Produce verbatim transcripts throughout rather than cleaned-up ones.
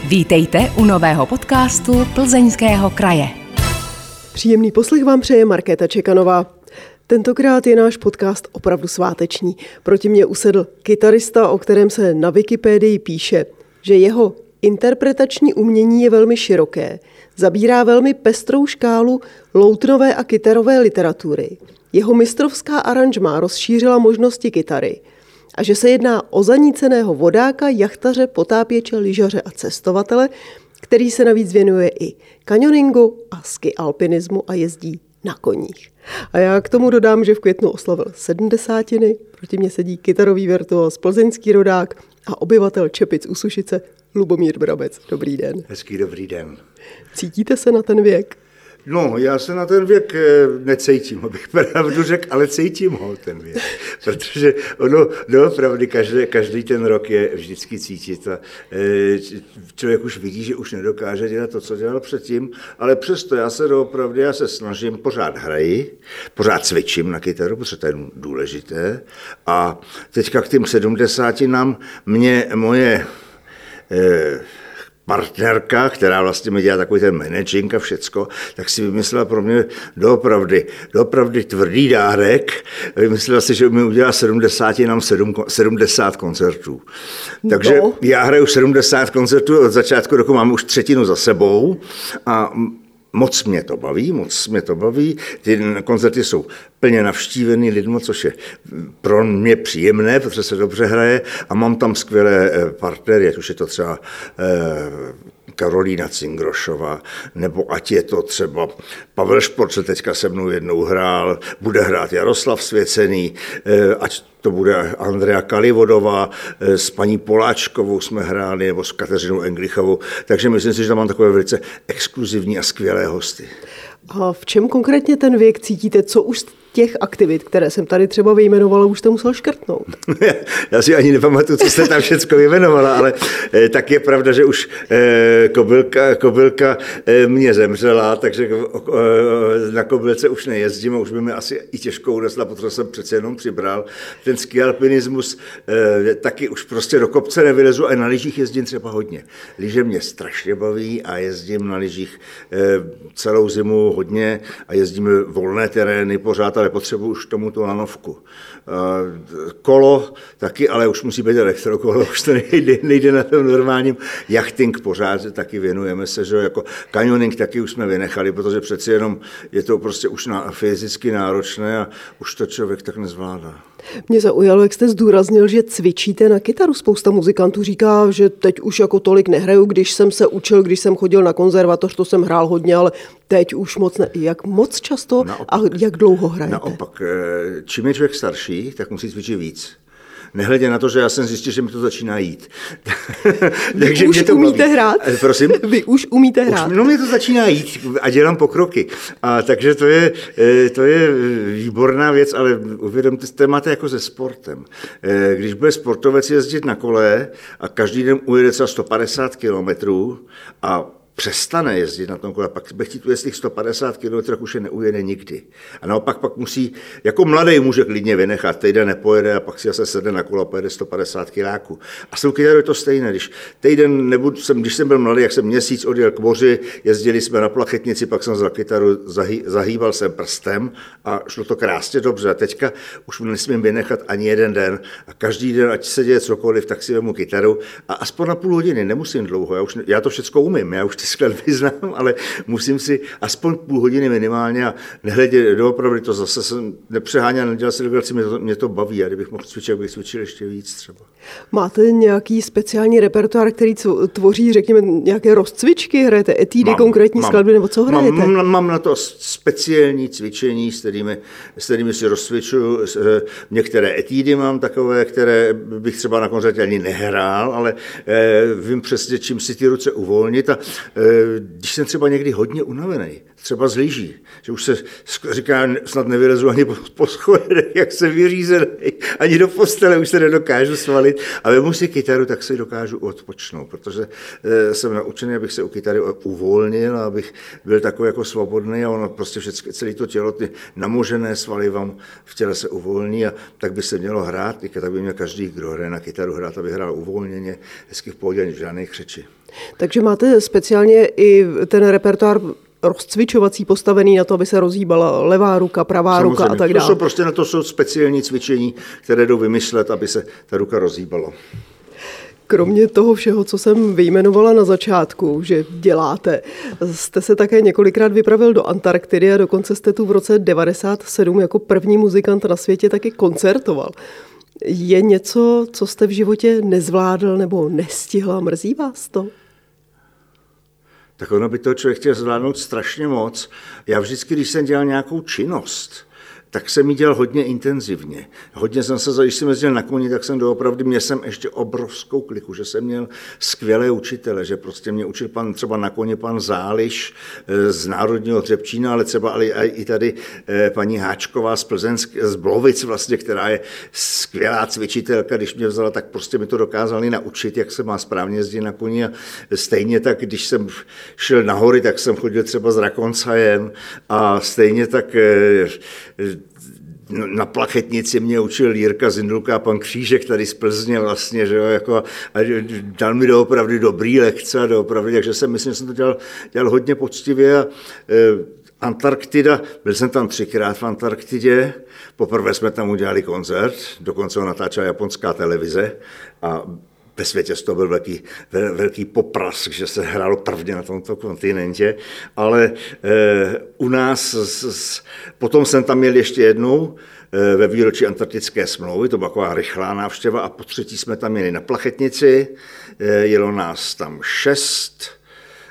Vítejte u nového podcastu Plzeňského kraje. Příjemný poslech vám přeje Markéta Čekanová. Tentokrát je náš podcast opravdu sváteční. Proti mně usedl kytarista, o kterém se na Wikipedii píše, že jeho interpretační umění je velmi široké. Zabírá velmi pestrou škálu loutnové a kytarové literatury. Jeho mistrovská aranžmá rozšířila možnosti kytary. A že se jedná o zaníceného vodáka, jachtaře, potápěče, lyžaře a cestovatele, který se navíc věnuje i kanioningu a ski alpinismu a jezdí na koních. A já k tomu dodám, že v květnu oslavil sedmdesátiny, proti mně sedí kytarový virtuóz, plzeňský rodák a obyvatel Čepic u Sušice Lubomír Brabec. Dobrý den. Hezký dobrý den. Cítíte se na ten věk? No, já se na ten věk necítím, abych pravdu řekl, ale cítím ho ten věk. Protože ono, doopravdy, každý, každý ten rok je vždycky cítit a člověk už vidí, že už nedokáže dělat to, co dělal předtím, ale přesto já se doopravdy, já se snažím, pořád hraji, pořád cvičím na kytaru, protože to je důležité a teďka k těm sedmdesátinám mě moje eh, partnerka, která vlastně mi dělá takový ten managing a všecko, tak si vymyslela pro mě doopravdy, doopravdy tvrdý dárek. Vymyslela si, že mi udělá sedmdesátínám sedmdesát koncertů. Takže no. Já hraju sedmdesát koncertů, od začátku roku mám už třetinu za sebou a moc mě to baví, moc mě to baví. Ty koncerty jsou plně navštívený lidmi, což je pro mě příjemné, protože se dobře hraje a mám tam skvělé partnery, ať už je to třeba Karolína Cingrošová, nebo ať je to třeba Pavel Šport, se teďka se mnou jednou hrál, bude hrát Jaroslav Svěcený, ať to bude Andrea Kalivodová, s paní Poláčkovou jsme hráli, nebo s Kateřinou Englichovou, takže myslím si, že tam mám takové velice exkluzivní a skvělé hosty. A v čem konkrétně ten věk cítíte? Co už z těch aktivit, které jsem tady třeba vyjmenovala, už jste musel škrtnout? Já si ani nepamatuju, co jste tam všecko vyjmenovala, ale eh, tak je pravda, že už eh, kobylka, kobylka eh, mě zemřela, takže eh, na kobylce už nejezdím a už by mi asi i těžko unesla, protože jsem přece jenom přibral. Ten ski alpinismus eh, taky už prostě do kopce nevylezu a na lyžích jezdím třeba hodně. Lyže mě strašně baví a jezdím na lyžích eh, celou zimu hodně a jezdíme volné terény pořád, ale potřebuji už tomu tu lanovku. Kolo taky, ale už musí být elektrokolo, už to nejde, nejde na tom normálním. Jachting pořád taky věnujeme se, že jako kanioning taky už jsme vynechali, protože přeci jenom je to prostě už na, fyzicky náročné a už to člověk tak nezvládá. Mě zaujalo, jak jste zdůraznil, že cvičíte na kytaru. Spousta muzikantů říká, že teď už jako tolik nehraju, když jsem se učil, když jsem chodil na konzervatoř, to jsem hrál hodně, ale teď už moc ne. Jak moc často naopak, a jak dlouho hrajete? Naopak, čím je člověk starší, tak musí cvičit víc. Nehledě na to, že já jsem zjistil, že mi to začíná jít. Vy už to umíte baví. hrát? Prosím? Vy už umíte hrát? Už, no mě to začíná jít a dělám pokroky. A takže to je, to je výborná věc, ale uvědomte, to máte jako se sportem. Když bude sportovec jezdit na kole a každý den ujede třeba sto padesát kilometrů a přestane jezdit na tom kole, pak bych chtít ujezd těch sto padesát kilometrů, už je neujede nikdy. A naopak pak musí, jako mladý může klidně vynechat, týden nepojede a pak si zase sedne na kolo a pojede sto padesát kiláků. A s tou kytarou je to stejné. Když týden, nebudu, jsem, když jsem byl mladý, jak jsem měsíc odjel k moři, jezdili jsme na plachetnici, pak jsem za kytaru zahý, zahýbal jsem prstem a šlo to krásně dobře. A teďka už nesmím vynechat ani jeden den a každý den, ať se děje cokoliv, tak si vemu kytaru a aspoň na půl hodiny, nemusím dlouho, já, už, já to všechno umím, já už ty skladby znám, ale musím si aspoň půl hodiny minimálně a nehledě doopravdy to zase jsem nepřeháněl, nedělal si legraci, mě to, mě to baví a kdybych mohl cvičit, bych cvičil ještě víc třeba. Máte nějaký speciální repertoár, který tvoří, řekněme, nějaké rozcvičky, hrajete etídy, mám, konkrétní mám, skladby, nebo co hrajete? Mám, mám na to speciální cvičení, s kterými, s kterými si rozcvičuju. Některé etídy mám takové, které bych třeba na koncertě ani nehrál, ale eh, vím přesně, čím si ty ruce uvolnit a když jsem třeba někdy hodně unavený, třeba z lyží, že už se říká, snad nevylezu ani po schodech, jak jsem vyřízený, ani do postele už se nedokážu svalit a vemu si kytaru, tak si dokážu odpočnout, protože jsem naučený, abych se u kytary uvolnil a abych byl takový jako svobodný a ono prostě všechno, celé to tělo, ty namožené svaly vám v těle se uvolní a tak by se mělo hrát, tak by měl každý, kdo hraje na kytaru, hrát, aby hrál uvolněně, hezky v pohodě, ani žádnej křeči. Takže máte speciálně i ten repertoár rozcvičovací postavený na to, aby se rozhýbala levá ruka, pravá Samozřejmě. ruka a tak dále. To jsou prostě na to jsou speciální cvičení, které jdou vymyslet, aby se ta ruka rozhýbala. Kromě toho všeho, co jsem vyjmenovala na začátku, že děláte, jste se také několikrát vypravil do Antarktidy a dokonce jste tu v roce devadesát sedm jako první muzikant na světě taky koncertoval. Je něco, co jste v životě nezvládl nebo nestihl a mrzí vás to? Tak ono by to člověk chtěl zvládnout strašně moc. Já vždycky, když jsem dělal nějakou činnost, tak jsem ji dělal hodně intenzivně. Hodně jsem se, když jsem jezdil na koni, tak jsem doopravdy, měl jsem ještě obrovskou kliku, že jsem měl skvělé učitele, že prostě mě učil pan třeba na koni pan Záliš z Národního Hřebčína, ale třeba ale i tady paní Háčková z Plzeňsk, z Blovic vlastně, která je skvělá cvičitelka, když mě vzala, tak prostě mi to dokázali naučit, jak se má správně jezdit na koni a stejně tak, když jsem šel na hory, tak jsem chodil třeba s Rakoncajem a stejně tak na plachetnici mě učil Jirka Zindulka a pan Křížek tady z Plzně vlastně, že jo, jako, a dal mi doopravdy dobrý lekce a doopravdy, takže jsem myslím, že jsem to dělal, dělal hodně poctivě a e, Antarktida, byl jsem tam třikrát v Antarktidě, poprvé jsme tam udělali koncert, dokonce ho natáčela japonská televize a ve světě to byl velký, velký poprask, že se hrálo prvně na tomto kontinentě, ale e, u nás, s, s, potom jsem tam měl ještě jednou e, ve výročí Antarktické smlouvy, to byla taková rychlá návštěva a po třetí jsme tam měli na Plachetnici, e, jelo nás tam šest,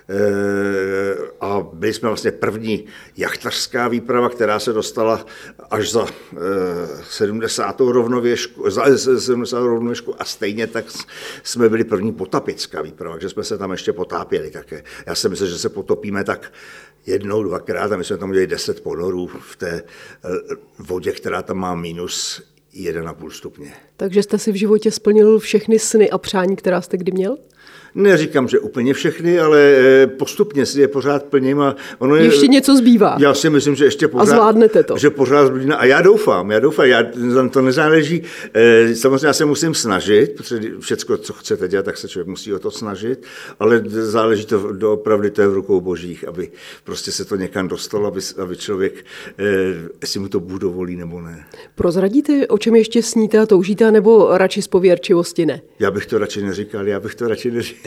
a byli jsme vlastně první jachtařská výprava, která se dostala až za sedmdesátou rovnověžku, za sedmdesátou rovnověžku a stejně tak jsme byli první potapická výprava, takže jsme se tam ještě potápěli také. Já si myslím, že se potopíme tak jednou, dvakrát a my jsme tam udělali deset ponorů v té vodě, která tam má minus jeden a půl stupně. Takže jste si v životě splnil všechny sny a přání, která jste kdy měl? Neříkám, že úplně všechny, ale postupně si je pořád plním. A ono je, ještě něco zbývá. Já si myslím, že ještě pořád. A zvládnete to. Že pořád zbývá. A já doufám, já doufám, já, to nezáleží. Samozřejmě já se musím snažit, protože všecko, co chcete dělat, tak se člověk musí o to snažit, ale záleží to doopravdy, to je v rukou božích, aby prostě se to někam dostalo, aby, aby člověk, jestli mu to Bůh dovolí nebo ne. Prozradíte, o čem ještě sníte a toužíte, nebo radši z pověrčivosti ne? Já bych to radši neříkal, já bych to radši neříkal.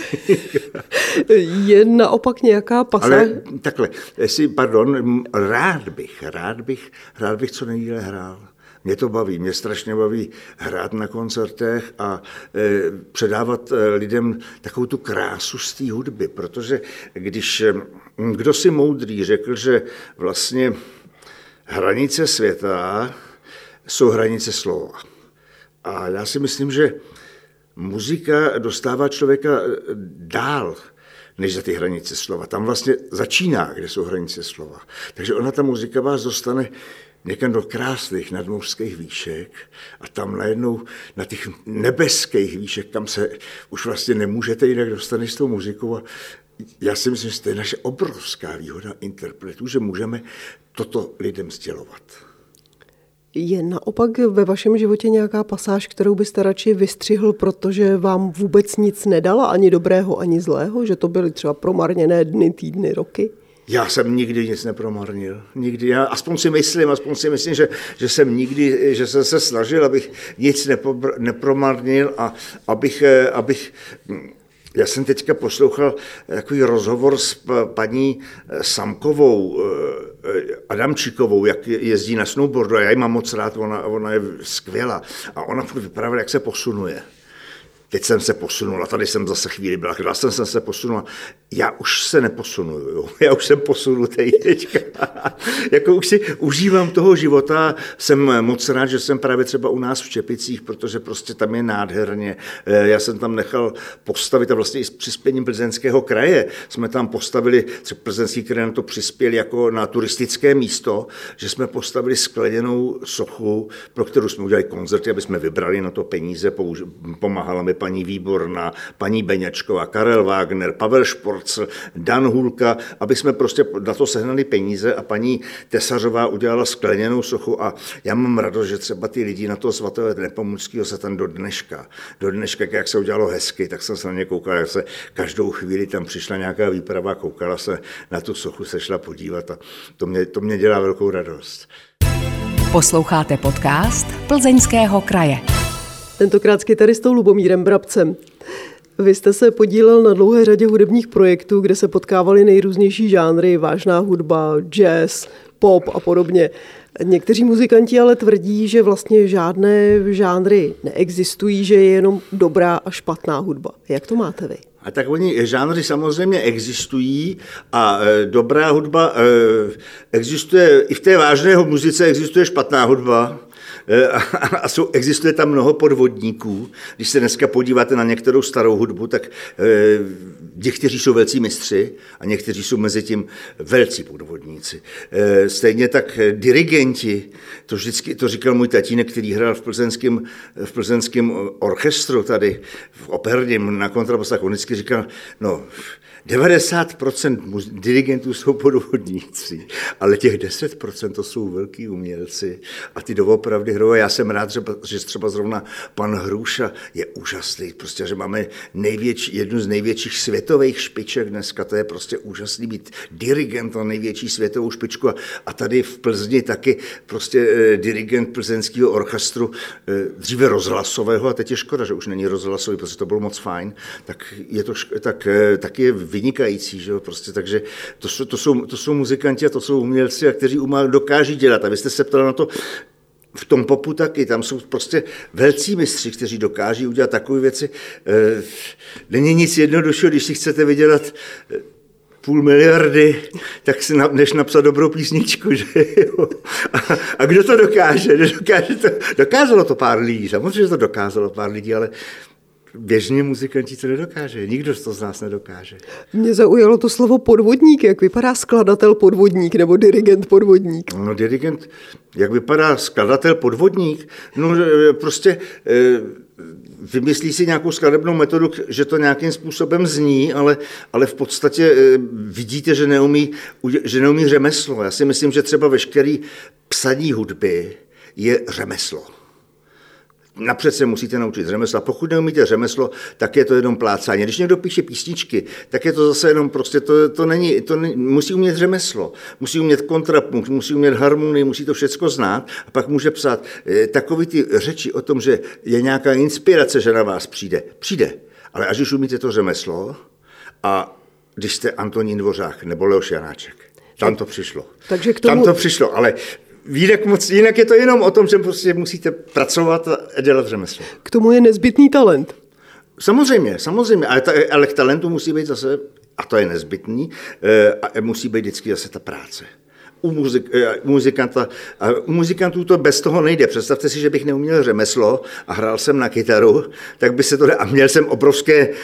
Je naopak nějaká pasáž? Ale takhle, jestli, pardon, rád bych, rád bych, rád bych co nejdýle hrál. Mě to baví, mě strašně baví hrát na koncertech a e, předávat e, lidem takovou tu krásu z té hudby, protože když e, kdo si moudrý řekl, že vlastně hranice světa jsou hranice slova. A já si myslím, že muzika dostává člověka dál, než za ty hranice slova. Tam vlastně začíná, kde jsou hranice slova. Takže ona, ta muzika vás dostane někam do krásných nadmořských výšek a tam najednou na těch nebeských výšek, tam se už vlastně nemůžete jinak dostat s tou muzikou. A já si myslím, že to je naše obrovská výhoda interpretů, že můžeme toto lidem sdělovat. Je naopak ve vašem životě nějaká pasáž, kterou byste radši vystřihl, protože vám vůbec nic nedala, ani dobrého, ani zlého? Že to byly třeba promarněné dny, týdny, roky? Já jsem nikdy nic nepromarnil. Nikdy. Já aspoň si myslím, aspoň si myslím, že, že jsem nikdy, že jsem se snažil, abych nic nepobr, nepromarnil a abych, abych já jsem teďka poslouchal takový rozhovor s paní Samkovou, Adamčíkovou, jak jezdí na snowboardu a já ji mám moc rád, ona, ona je skvělá a ona vyprávěla, jak se posunuje. Teď jsem se posunul a tady jsem zase chvíli byla, když jsem, jsem se posunul. Já už se neposunuju, jo. Já už jsem posunutý teďka. Jako už si užívám toho života, jsem moc rád, že jsem právě třeba u nás v Čepicích, protože prostě tam je nádherně. Já jsem tam nechal postavit a vlastně i s přispěním Plzeňského kraje jsme tam postavili, třeba Plzeňský kraj na to přispěl jako na turistické místo, že jsme postavili skleněnou sochu, pro kterou jsme udělali koncerty, aby jsme vybrali na to peníze, pomáhala mi paní Výborná, paní Beňačková, Karel Wagner, Pavel Šporcl, Dan Hulka, aby jsme prostě na to sehnali peníze peníze a paní Tesařová udělala skleněnou sochu a já mám radost, že třeba ty lidi na toho svatého Nepomuckého se tam do dneška, do dneška, jak se udělalo hezky, tak jsem se na ně koukal, jak se každou chvíli tam přišla nějaká výprava, koukala se na tu sochu, se šla podívat a to mě, to mě dělá velkou radost. Posloucháte podcast Plzeňského kraje. Tentokrát s kytaristou Lubomírem Brabcem. Vy jste se podílel na dlouhé řadě hudebních projektů, kde se potkávaly nejrůznější žánry, vážná hudba, jazz, pop a podobně. Někteří muzikanti ale tvrdí, že vlastně žádné žánry neexistují, že je jenom dobrá a špatná hudba. Jak to máte vy? A tak oni žánry samozřejmě existují a e, dobrá hudba e, existuje, i v té vážné muzice existuje špatná hudba. A, a jsou, existuje tam mnoho podvodníků. Když se dneska podíváte na některou starou hudbu, tak e, někteří jsou velcí mistři a někteří jsou mezi tím velcí podvodníci. E, stejně tak dirigenti, to vždycky to říkal můj tatínek, který hrál v plzeňském, v plzeňském orchestru tady, v operním na kontrabasách, on vždycky říkal, no, devadesát procent dirigentů jsou podvodníci, ale těch deset procent to jsou velký umělci a ty doopravdy hrajou. Já jsem rád, že třeba zrovna pan Hruša je úžasný, prostě, že máme největší, jednu z největších světových špiček dneska, to je prostě úžasný být dirigent na největší světovou špičku a, a tady v Plzni taky prostě eh, dirigent plzeňského orchestru, eh, dříve rozhlasového a teď je škoda, že už není rozhlasový, protože to bylo moc fajn, tak je to tak, eh, taky je vynikající, že jo, prostě, takže to jsou, to, jsou, to jsou muzikanti a to jsou umělci, a kteří umá, dokáží dělat. A vy jste se ptali na to, v tom popu taky, tam jsou prostě velcí mistři, kteří dokáží udělat takové věci. E, není nic jednoduššího, když si chcete vydělat půl miliardy, tak si než napsat dobrou písničku, že jo. A, a kdo to dokáže? dokáže to, dokázalo to pár lidí, samozřejmě to dokázalo pár lidí, ale běžně muzikanti to nedokáže, nikdo to z nás nedokáže. Mě zaujalo to slovo podvodník, jak vypadá skladatel podvodník nebo dirigent podvodník? No dirigent, jak vypadá skladatel podvodník? No prostě vymyslí si nějakou skladebnou metodu, že to nějakým způsobem zní, ale, ale v podstatě vidíte, že neumí, že neumí řemeslo. Já si myslím, že třeba veškerý psaní hudby je řemeslo. Napřed se musíte naučit řemeslo. Pokud neumíte řemeslo, tak je to jenom plácání. Když někdo píše písničky, tak je to zase jenom prostě, to, to není, to ne, musí umět řemeslo, musí umět kontrapunkt, musí umět harmonii, musí to všecko znát a pak může psát takový ty řeči o tom, že je nějaká inspirace, že na vás přijde. Přijde, ale až už umíte to řemeslo a když jste Antonín Dvořák nebo Leoš Janáček, tam to přišlo. Takže k tomu... Tam to přišlo, ale Jinak, moc, jinak je to jenom o tom, že prostě musíte pracovat a dělat řemeslo. K tomu je nezbytný talent. Samozřejmě, samozřejmě, ale, ta, ale k talentu musí být zase, a to je nezbytný, a musí být vždycky zase ta práce. U, muzik, u, muzikanta, a u muzikantů to bez toho nejde. Představte si, že bych neuměl řemeslo a hrál jsem na kytaru, tak by se to a měl jsem obrovské e,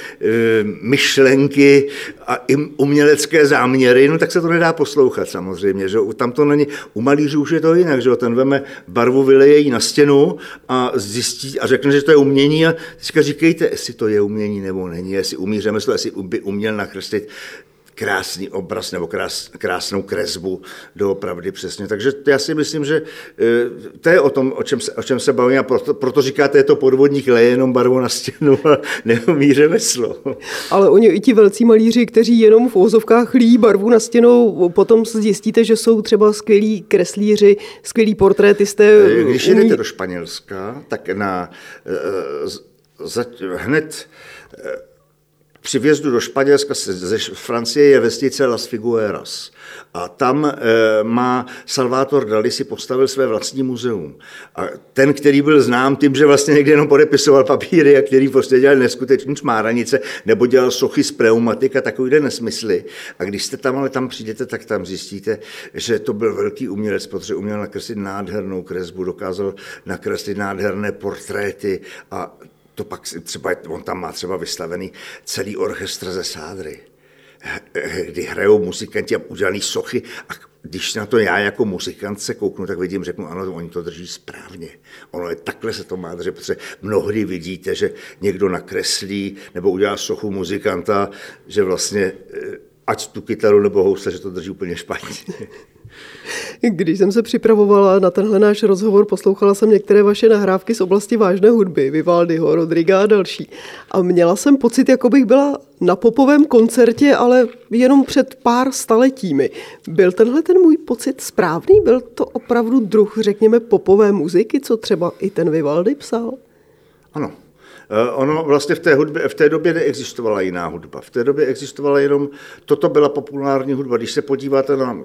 myšlenky a i umělecké záměry, no tak se to nedá poslouchat samozřejmě. Že? Tam to není, u malířů už je to jinak, že? Ten veme barvu, vyleje ji na stěnu a zjistí a řekne, že to je umění a teďka říkejte, jestli to je umění nebo není, jestli umí řemeslo, jestli by uměl nakreslit krásný obraz nebo krás, krásnou kresbu doopravdy přesně. Takže já si myslím, že to je o tom, o čem se, o čem se bavím a proto, proto říkáte, je to podvodník, leje jenom barvu na stěnu a neumí řemeslo. Ale oni i ti velcí malíři, kteří jenom v uvozovkách líjí barvu na stěnu, potom zjistíte, že jsou třeba skvělí kreslíři, skvělí portrétisté. Když umí... jdete do Španělska, tak na za, hned při vjezdu do Španělska ze Francie je vesnice Las Figueras a tam e, má Salvador Dalí si postavil své vlastní muzeum. A ten, který byl znám tím, že vlastně někde jenom podepisoval papíry a který prostě dělal neskutečný čmáranice nebo dělal sochy z pneumatik a takovýhle nesmysly. A když jste tam ale tam přijdete, tak tam zjistíte, že to byl velký umělec, protože uměl nakreslit nádhernou kresbu, dokázal nakreslit nádherné portréty a to pak třeba, on tam má třeba vystavený celý orchestr ze Sádry, kdy hrajou muzikanti a udělaný sochy a když na to já jako muzikant se kouknu, tak vidím, řeknu, ano, oni to drží správně. Ono je takhle se to má držet, protože mnohdy vidíte, že někdo nakreslí nebo udělá sochu muzikanta, že vlastně ať tu kytaru nebo housle, že to drží úplně špatně. Když jsem se připravovala na tenhle náš rozhovor, poslouchala jsem některé vaše nahrávky z oblasti vážné hudby, Vivaldiho, Rodriga a další. A měla jsem pocit, jako bych byla na popovém koncertě, ale jenom před pár staletími. Byl tenhle ten můj pocit správný? Byl to opravdu druh, řekněme, popové muziky, co třeba i ten Vivaldi psal? Ano. Ono vlastně v té, hudbě, v té době neexistovala jiná hudba. V té době existovala jenom, toto byla populární hudba. Když se podíváte na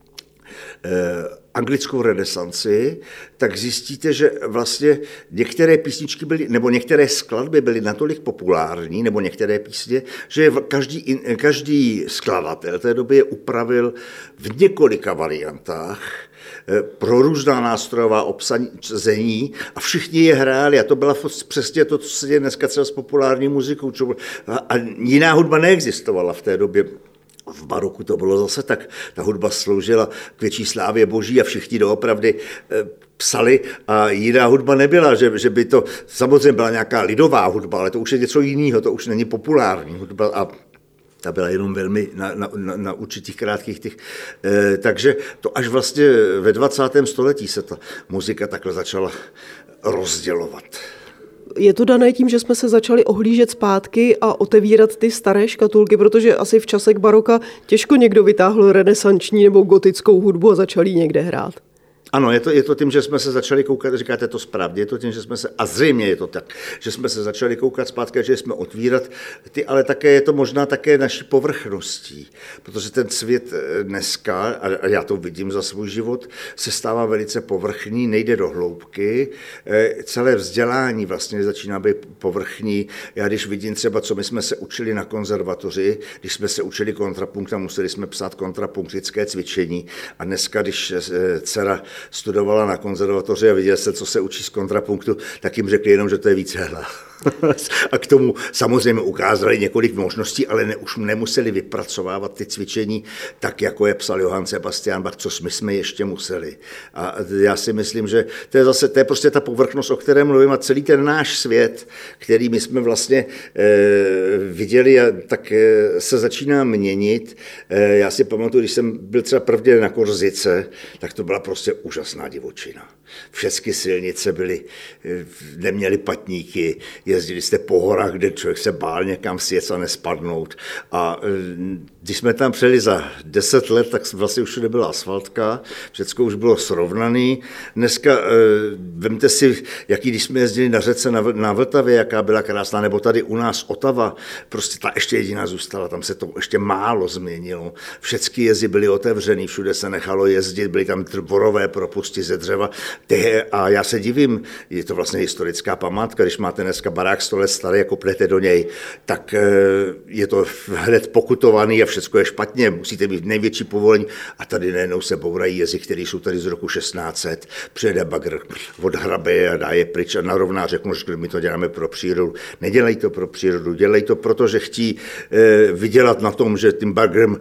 eh, anglickou renesanci, tak zjistíte, že vlastně některé písničky byly, nebo některé skladby byly natolik populární, nebo některé písně, že každý, každý skladatel té doby je upravil v několika variantách pro různá nástrojová obsazení a všichni je hráli a to byla přesně to, co se děje dneska třeba s populární muzikou. A jiná hudba neexistovala v té době. V baroku to bylo zase tak, ta hudba sloužila k větší slávě boží a všichni doopravdy psali a jiná hudba nebyla, že, že by to, samozřejmě byla nějaká lidová hudba, ale to už je něco jiného, to už není populární hudba a ta byla jenom velmi na, na, na, na určitých krátkých těch. Eh, takže to až vlastně ve dvacátém století se ta muzika takhle začala rozdělovat. Je to dané tím, že jsme se začali ohlížet zpátky a otevírat ty staré škatulky, protože asi v časech baroka těžko někdo vytáhl renesanční nebo gotickou hudbu a začal ji někde hrát. Ano, je to, je to tím, že jsme se začali koukat, říkáte to správně, je to tím, že jsme se, a zřejmě je to tak, že jsme se začali koukat zpátky, že jsme otvírat ty, ale také je to možná také naší povrchností, protože ten svět dneska, a já to vidím za svůj život, se stává velice povrchní, nejde do hloubky, celé vzdělání vlastně začíná být povrchní. Já když vidím třeba, co my jsme se učili na konzervatoři, když jsme se učili kontrapunkt a museli jsme psát kontrapunktické cvičení a dneska, když dcera studovala na konzervatoři a viděl se, co se učí z kontrapunktu, tak jim řekli jenom, že to je víc hehla. A k tomu samozřejmě ukázali několik možností, ale ne, už nemuseli vypracovávat ty cvičení tak, jako je psal Johann Sebastian Bach, co my jsme ještě museli. A já si myslím, že to je zase, to je prostě ta povrchnost, o které mluvím a celý ten náš svět, který my jsme vlastně eh, viděli, a tak eh, se začíná měnit. Eh, já si pamatuju, když jsem byl třeba prvně na Korzice, tak to byla prostě úžasná divočina. Všechny silnice byly, neměly patníky, jezdili jste po horách, kde člověk se bál někam sjet a nespadnout. A když jsme tam přijeli za deset let, tak vlastně už nebyla asfaltka, všechno už bylo srovnané. Dneska vemte si, jaký když jsme jezdili na řece na Vltavě, jaká byla krásná, nebo tady u nás Otava, prostě ta ještě jediná zůstala, tam se to ještě málo změnilo. Všechny jezy byly otevřený, všude se nechalo jezdit, byly tam dvorové propusty ze dřeva. A já se divím, je to vlastně historická památka, když máte dneska barák sto let starý a kopnete do něj, tak je to hned pokutovaný a všechno je špatně, musíte mít největší povolení a tady najednou se bourají jezy, které jsou tady z roku šestnáct set, přijede bagr, odhrabe a dá je pryč a narovná, řeknu, že my to děláme pro přírodu. Nedělej to pro přírodu, dělej to, protože chtí e, vydělat na tom, že tím bagrem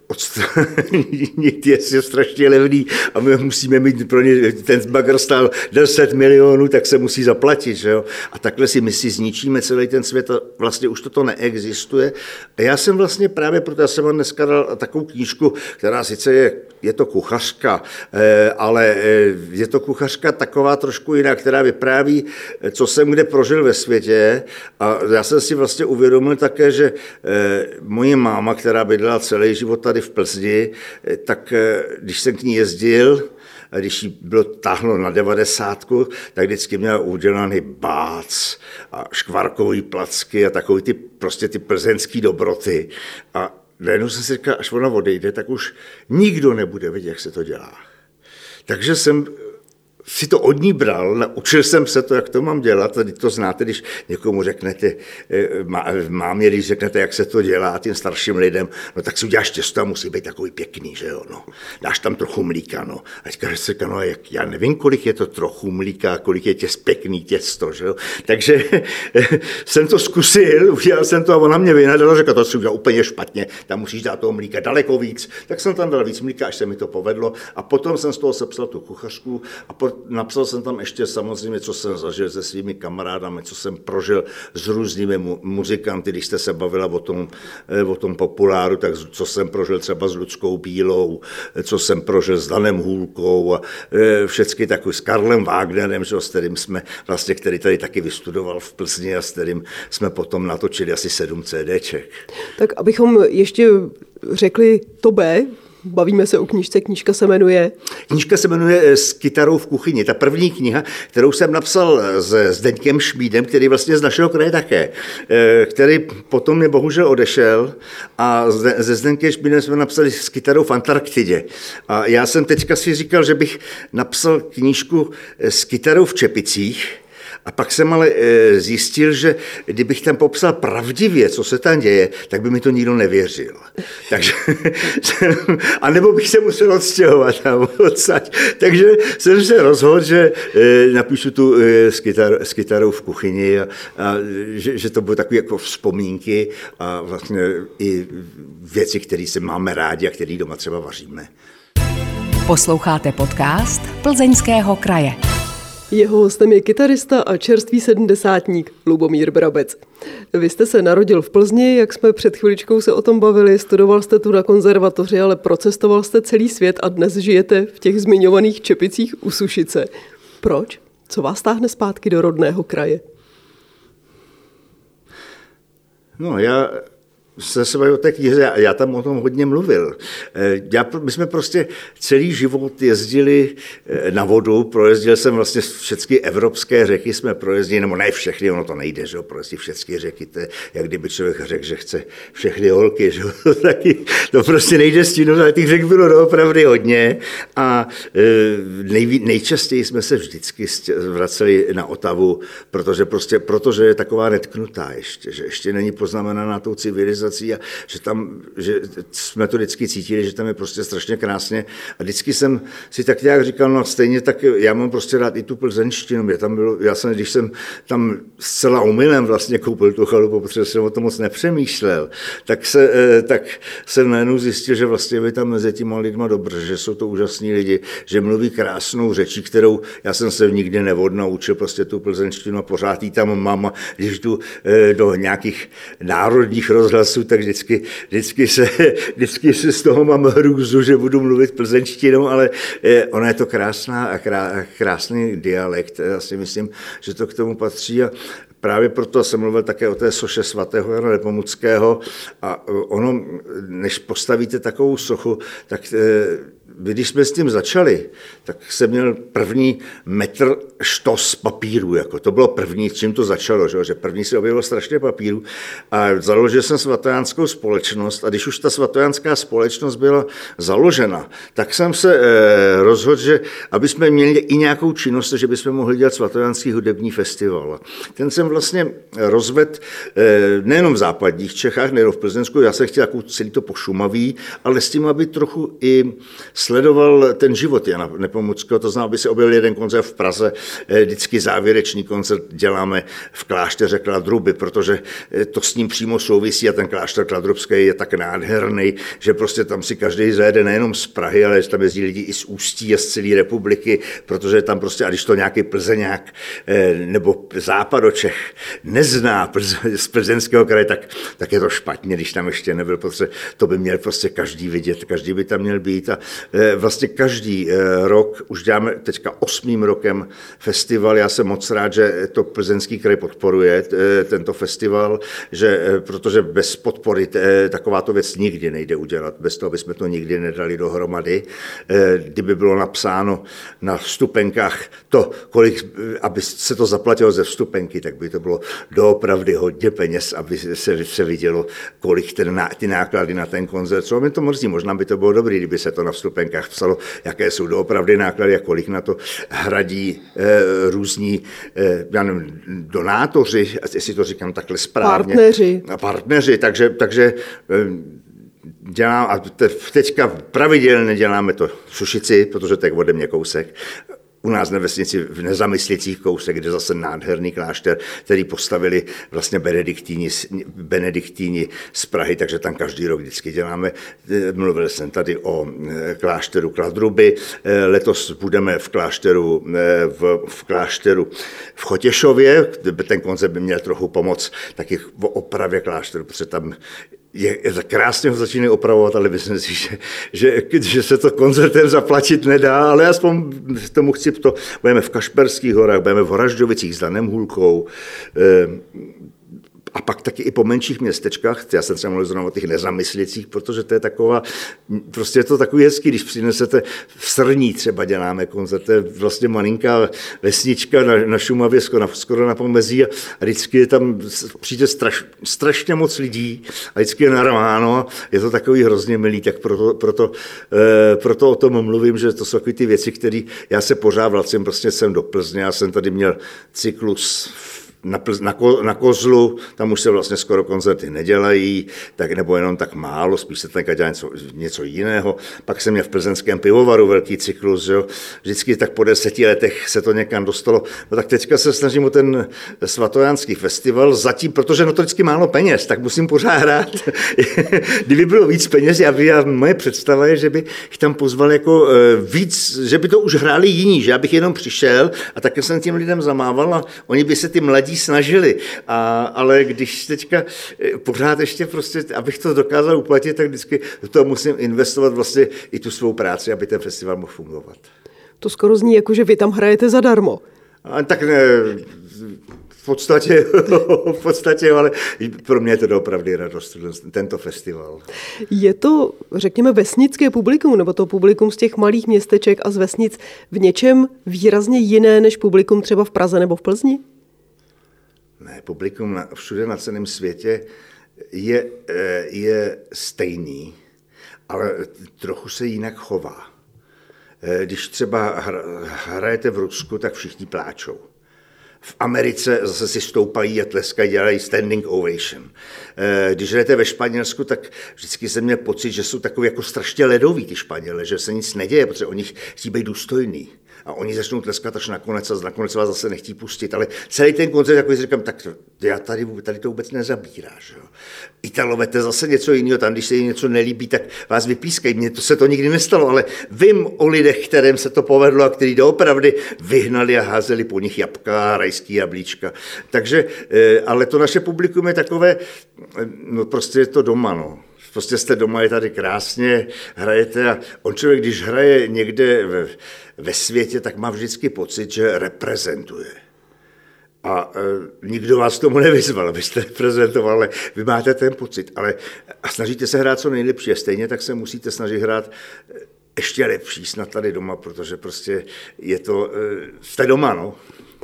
odstranit je strašně levný a my musíme mít pro ně, ten bagr stál deset milionů, tak se musí zaplatit, že jo? A takhle si my si zničíme celý ten svět a vlastně už toto neexistuje. A já jsem vlastně právě, proto já jsem vám dneska dal takovou knížku, která sice je, je to kuchařka, ale je to kuchařka taková trošku jiná, která vypráví, co jsem kde prožil ve světě. A já jsem si vlastně uvědomil také, že moje máma, která bydlela celý život tady v Plzni, tak když jsem k ní jezdil, a když jí bylo táhlo na devadesátku, tak vždycky měla udělaný bác a škvarkový placky a takový ty, prostě ty plzeňský dobroty. A najednou jsem si říkal, až ona odejde, tak už nikdo nebude vědět, jak se to dělá. Takže jsem si to od ní bral, naučil jsem se to, jak to mám dělat, a to znáte, když někomu řeknete, mámě, když řeknete, jak se to dělá tím starším lidem, no tak si uděláš těsto a musí být takový pěkný, že jo, no. Dáš tam trochu mlíka, no. A říkáš si, no, jak, já nevím, kolik je to trochu mlíka, kolik je těst, pěkný těsto, že jo. Takže jsem to zkusil, udělal jsem to a ona mě vynadala, řekla, to si udělal úplně špatně, tam musíš dát toho mlíka daleko víc. Tak jsem tam dal víc mlíka, až se mi to povedlo a potom jsem z toho sepsal tu kuchařku a po, napsal jsem tam ještě samozřejmě, co jsem zažil se svými kamarádami, co jsem prožil s různými mu, muzikanty, když jste se bavila o tom, o tom populáru, tak co jsem prožil třeba s Ludskou Bílou, co jsem prožil s Danem Hůlkou a všechny takový s Karlem Wagnerem, že, s kterým jsme vlastně, který tady taky vystudoval v Plzni a s kterým jsme potom natočili asi sedm CDček. Tak abychom ještě řekli to B, bavíme se o knížce, knížka se jmenuje? Knížka se jmenuje S kytarou v kuchyni. Ta první kniha, kterou jsem napsal s Zdeňkem Šmídem, který vlastně z našeho kraje také, který potom mě bohužel odešel a se Zdeňkem Šmídem jsme napsali S kytarou v Antarktidě. A já jsem teďka si říkal, že bych napsal knížku S kytarou v Čepicích. A pak jsem ale zjistil, že kdybych tam popsal pravdivě, co se tam děje, tak by mi to nikdo nevěřil. Takže, a nebo bych se musel odstěhovat tam odsaď. Takže jsem se rozhodl, že napíšu tu s, kytar, s kytarou v kuchyni a, a že, že to budou takové jako vzpomínky a vlastně i věci, které se máme rádi a které doma třeba vaříme. Posloucháte podcast Plzeňského kraje. Jeho hostem je kytarista a čerstvý sedmdesátník Lubomír Brabec. Vy jste se narodil v Plzni, jak jsme před chviličkou se o tom bavili, studoval jste tu na konzervatoři, ale procestoval jste celý svět a dnes žijete v těch zmiňovaných Čepicích u Sušice. Proč? Co vás táhne zpátky do rodného kraje? No, já... se se o té knize, já tam o tom hodně mluvil. Já, my jsme prostě celý život jezdili na vodu, projezdil jsem vlastně všechny evropské řeky, jsme projezdili, nebo ne všechny, ono to nejde, že jo, projezdit všechny řeky, to je, jak kdyby člověk řekl, že chce všechny holky, že jo, taky, to prostě nejde stínout, ale těch řek bylo doopravdy hodně a nej, nejčastěji jsme se vždycky vraceli na Otavu, protože prostě, protože je taková netknutá ještě, že ještě není poznamenaná tou civilizací, a že tam, že jsme to vždycky cítili, že tam je prostě strašně krásně a vždycky jsem si tak nějak říkal, no stejně tak já mám prostě rád i tu plzeňštinu, mě tam bylo, já jsem, když jsem tam zcela omylem vlastně koupil tu chalupu, protože jsem o tom moc nepřemýšlel, tak, se, tak jsem najednou zjistil, že vlastně je tam mezi těma lidma dobře, že jsou to úžasní lidi, že mluví krásnou řečí, kterou já jsem se nikdy neodnaučil, prostě tu plzeňštinu a pořád jí tam mám, když jdu do nějakých národních rozhlasů, tak vždycky, vždycky, se, vždycky se z toho mám hrůzu, že budu mluvit plzeňštinou, ale ona je to krásná a krá, krásný dialekt. Já si myslím, že to k tomu patří a právě proto jsem mluvil také o té soše svatého Jana Nepomuckého a ono, než postavíte takovou sochu, tak když jsme s tím začali, tak jsem měl první metr štos papíru, jako to bylo první, s čím to začalo, že, že první se objevilo strašně papíru a založil jsem svatojanskou společnost a když už ta svatojanská společnost byla založena, tak jsem se eh, rozhodl, že aby jsme měli i nějakou činnost, že bychom mohli dělat svatojanský hudební festival. Ten jsem vlastně rozvedl eh, nejenom v západních Čechách, nejenom v Plzeňsku, já jsem chtěl jako celý to pošumaví, ale s tím, aby trochu i sledoval ten život Jana Nepomuckého, to znamená, aby se objevil jeden koncert v Praze, vždycky závěrečný koncert děláme v klášteře Kladruby, protože to s ním přímo souvisí a ten klášter Kladrubský je tak nádherný, že prostě tam si každý zajede nejenom z Prahy, ale že tam jezdí lidi i z Ústí a z celé republiky, protože tam prostě, a když to nějaký Plzeňák nebo Západočech nezná z Plzeňského kraje, tak, tak je to špatně, když tam ještě nebyl, protože to by měl prostě každý vidět, každý by tam měl být a vlastně každý rok, už děláme teďka osmým rokem festival, já jsem moc rád, že to Plzeňský kraj podporuje, tento festival, že, protože bez podpory takováto věc nikdy nejde udělat, bez toho bychom to nikdy nedali dohromady. Kdyby bylo napsáno na vstupenkách to, kolik, aby se to zaplatilo ze vstupenky, tak by to bylo doopravdy hodně peněz, aby se, se vidělo, kolik ten, ty náklady na ten koncert. Co mě to mrzí, možná by to bylo dobré, kdyby se to na vstupenkách psalo, jaké jsou doopravdy náklady a kolik na to hradí eh, různí eh, já nevím, donátoři, jestli to říkám takhle správně. Partneři. Partneři, takže, takže eh, dělám, a teďka pravidelně děláme to v Sušici, protože to je ode mě kousek. u nás na vesnici v Nezamyslicích kousek, kde zase nádherný klášter, který postavili vlastně benediktíni, benediktíni z Prahy, takže tam každý rok vždycky děláme. Mluvil jsem tady o klášteru Kladruby, letos budeme v klášteru v, v klášteru v Chotěšově, ten koncert by měl trochu pomoct taky v opravě klášteru, protože tam je, krásně ho začínají opravovat, ale myslím si, že, že, že se to koncertem zaplatit nedá, ale aspoň tomu chci to. Budeme v Kašperských horách, budeme v Horažďovicích s Danem Hůlkou, a pak taky i po menších městečkách, já jsem třeba mluvil zrovna o těch Nezamyslicích, protože to je taková, prostě je to takový hezký, když přinesete v Srní třeba děláme koncert, to je vlastně malinká vesnička na, na Šumavě, skoro na, skoro na pomezí a vždycky je tam, přijde straš, strašně moc lidí a vždycky je narváno, je to takový hrozně milý, tak proto, proto, eh, proto o tom mluvím, že to jsou takové ty věci, které já se pořád vracím, prostě jsem do Plzně, já jsem tady měl cyklus Na, na, ko, na Kozlu, tam už se vlastně skoro koncerty nedělají, tak nebo jenom tak málo, spíš se tam dělá něco, něco jiného. Pak jsem měl v plzeňském pivovaru velký cyklus, jo. Vždycky tak po deseti letech se to někam dostalo. No tak teďka se snažím o ten svatojánský festival, zatím, protože no to vždycky málo peněz, tak musím pořád hrát. Kdyby bylo víc peněz, já by, a moje představa je, že by jich tam pozval jako víc, že by to už hráli jiní, že já bych jenom přišel a také jsem těm lidem zamával a oni by se ty mladí snažili, a, ale když teďka pořád ještě prostě, abych to dokázal uplatit, tak vždycky do toho musím investovat vlastně i tu svou práci, aby ten festival mohl fungovat. To skoro zní jako, že vy tam hrajete zadarmo. A, tak ne, v podstatě, v podstatě, ale pro mě je to opravdu radost, tento festival. Je to, řekněme, vesnické publikum, nebo to publikum z těch malých městeček a z vesnic v něčem výrazně jiné než publikum třeba v Praze nebo v Plzni? Ne, publikum na, všude na celém světě je, je stejný, ale trochu se jinak chová. Když třeba hrajete v Rusku, tak všichni pláčou. V Americe zase si stoupají a tleskají, dělají standing ovation. Když hrajete ve Španělsku, tak vždycky jsem měl pocit, že jsou takový jako strašně ledoví ty Španělé, že se nic neděje, protože oni chtějí být důstojný. A oni začnou tleskat až nakonec a nakonec vás zase nechtí pustit. Ale celý ten koncert, jako si říkám, tak já tady, tady to vůbec nezabíráš. Jo. Italové, to je zase něco jiného, tam když se jim něco nelíbí, tak vás vypískají. Mně to se to nikdy nestalo, ale vím o lidech, kterým se to povedlo a kteří doopravdy vyhnali a házeli po nich jabka, rajský jablíčka. Takže, ale to naše publikum je takové, no prostě je to doma, no. Prostě jste doma, je tady krásně, hrajete a on člověk, když hraje někde ve, ve světě, tak má vždycky pocit, že reprezentuje. A e, nikdo vás tomu nevyzval, abyste reprezentoval, ale vy máte ten pocit. Ale a snažíte se hrát co nejlepší a stejně tak se musíte snažit hrát ještě lepší snad tady doma, protože prostě je to, e, jste doma, no.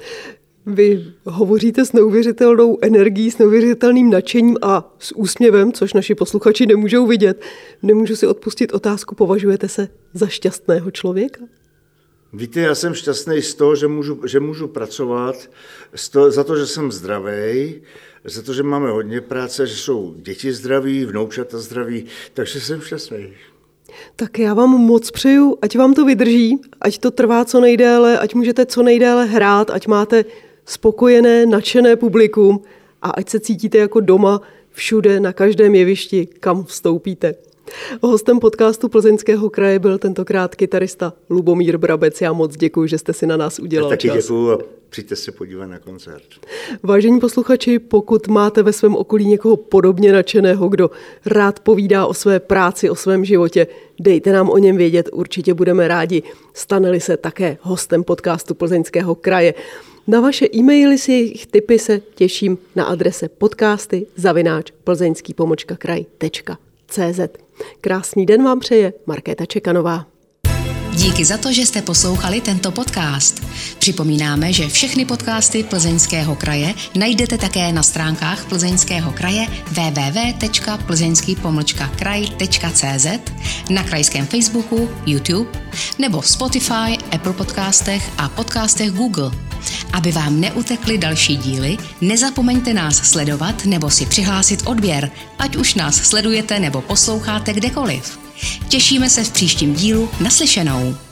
Vy hovoříte s neuvěřitelnou energií, s neuvěřitelným nadšením a s úsměvem, což naši posluchači nemůžou vidět. Nemůžu si odpustit otázku, považujete se za šťastného člověka? Víte, já jsem šťastný z toho, že můžu, že můžu pracovat, to, za to, že jsem zdravý, za to, že máme hodně práce, že jsou děti zdraví, vnoučata zdraví, takže jsem šťastný. Tak já vám moc přeju, ať vám to vydrží, ať to trvá co nejdéle, ať můžete co nejdéle hrát, ať máte spokojené, nadšené publikum a ať se cítíte jako doma všude, na každém jevišti, kam vstoupíte. Hostem podcastu Plzeňského kraje byl tentokrát kytarista Lubomír Brabec. Já moc děkuji, že jste si na nás udělal taky čas. Taky děkuji a přijďte se podívat na koncert. Vážení posluchači, pokud máte ve svém okolí někoho podobně nadšeného, kdo rád povídá o své práci, o svém životě, dejte nám o něm vědět, určitě budeme rádi. Stane-li se také hostem podcastu Plzeňského kraje. Na vaše e-maily s jejich tipy se těším na adrese podcasty zavináč plzeňský pomlčka kraj tečka cé zet. Krásný den vám přeje Markéta Čekanová. Díky za to, že jste poslouchali tento podcast. Připomínáme, že všechny podcasty Plzeňského kraje najdete také na stránkách Plzeňského kraje w w w tečka plzeňský pomlčka kraj tečka cé zet, na krajském Facebooku, YouTube nebo v Spotify, Apple podcastech a podcastech Google. Aby vám neutekly další díly, nezapomeňte nás sledovat nebo si přihlásit odběr, ať už nás sledujete nebo posloucháte kdekoliv. Těšíme se v příštím dílu. Naslyšenou.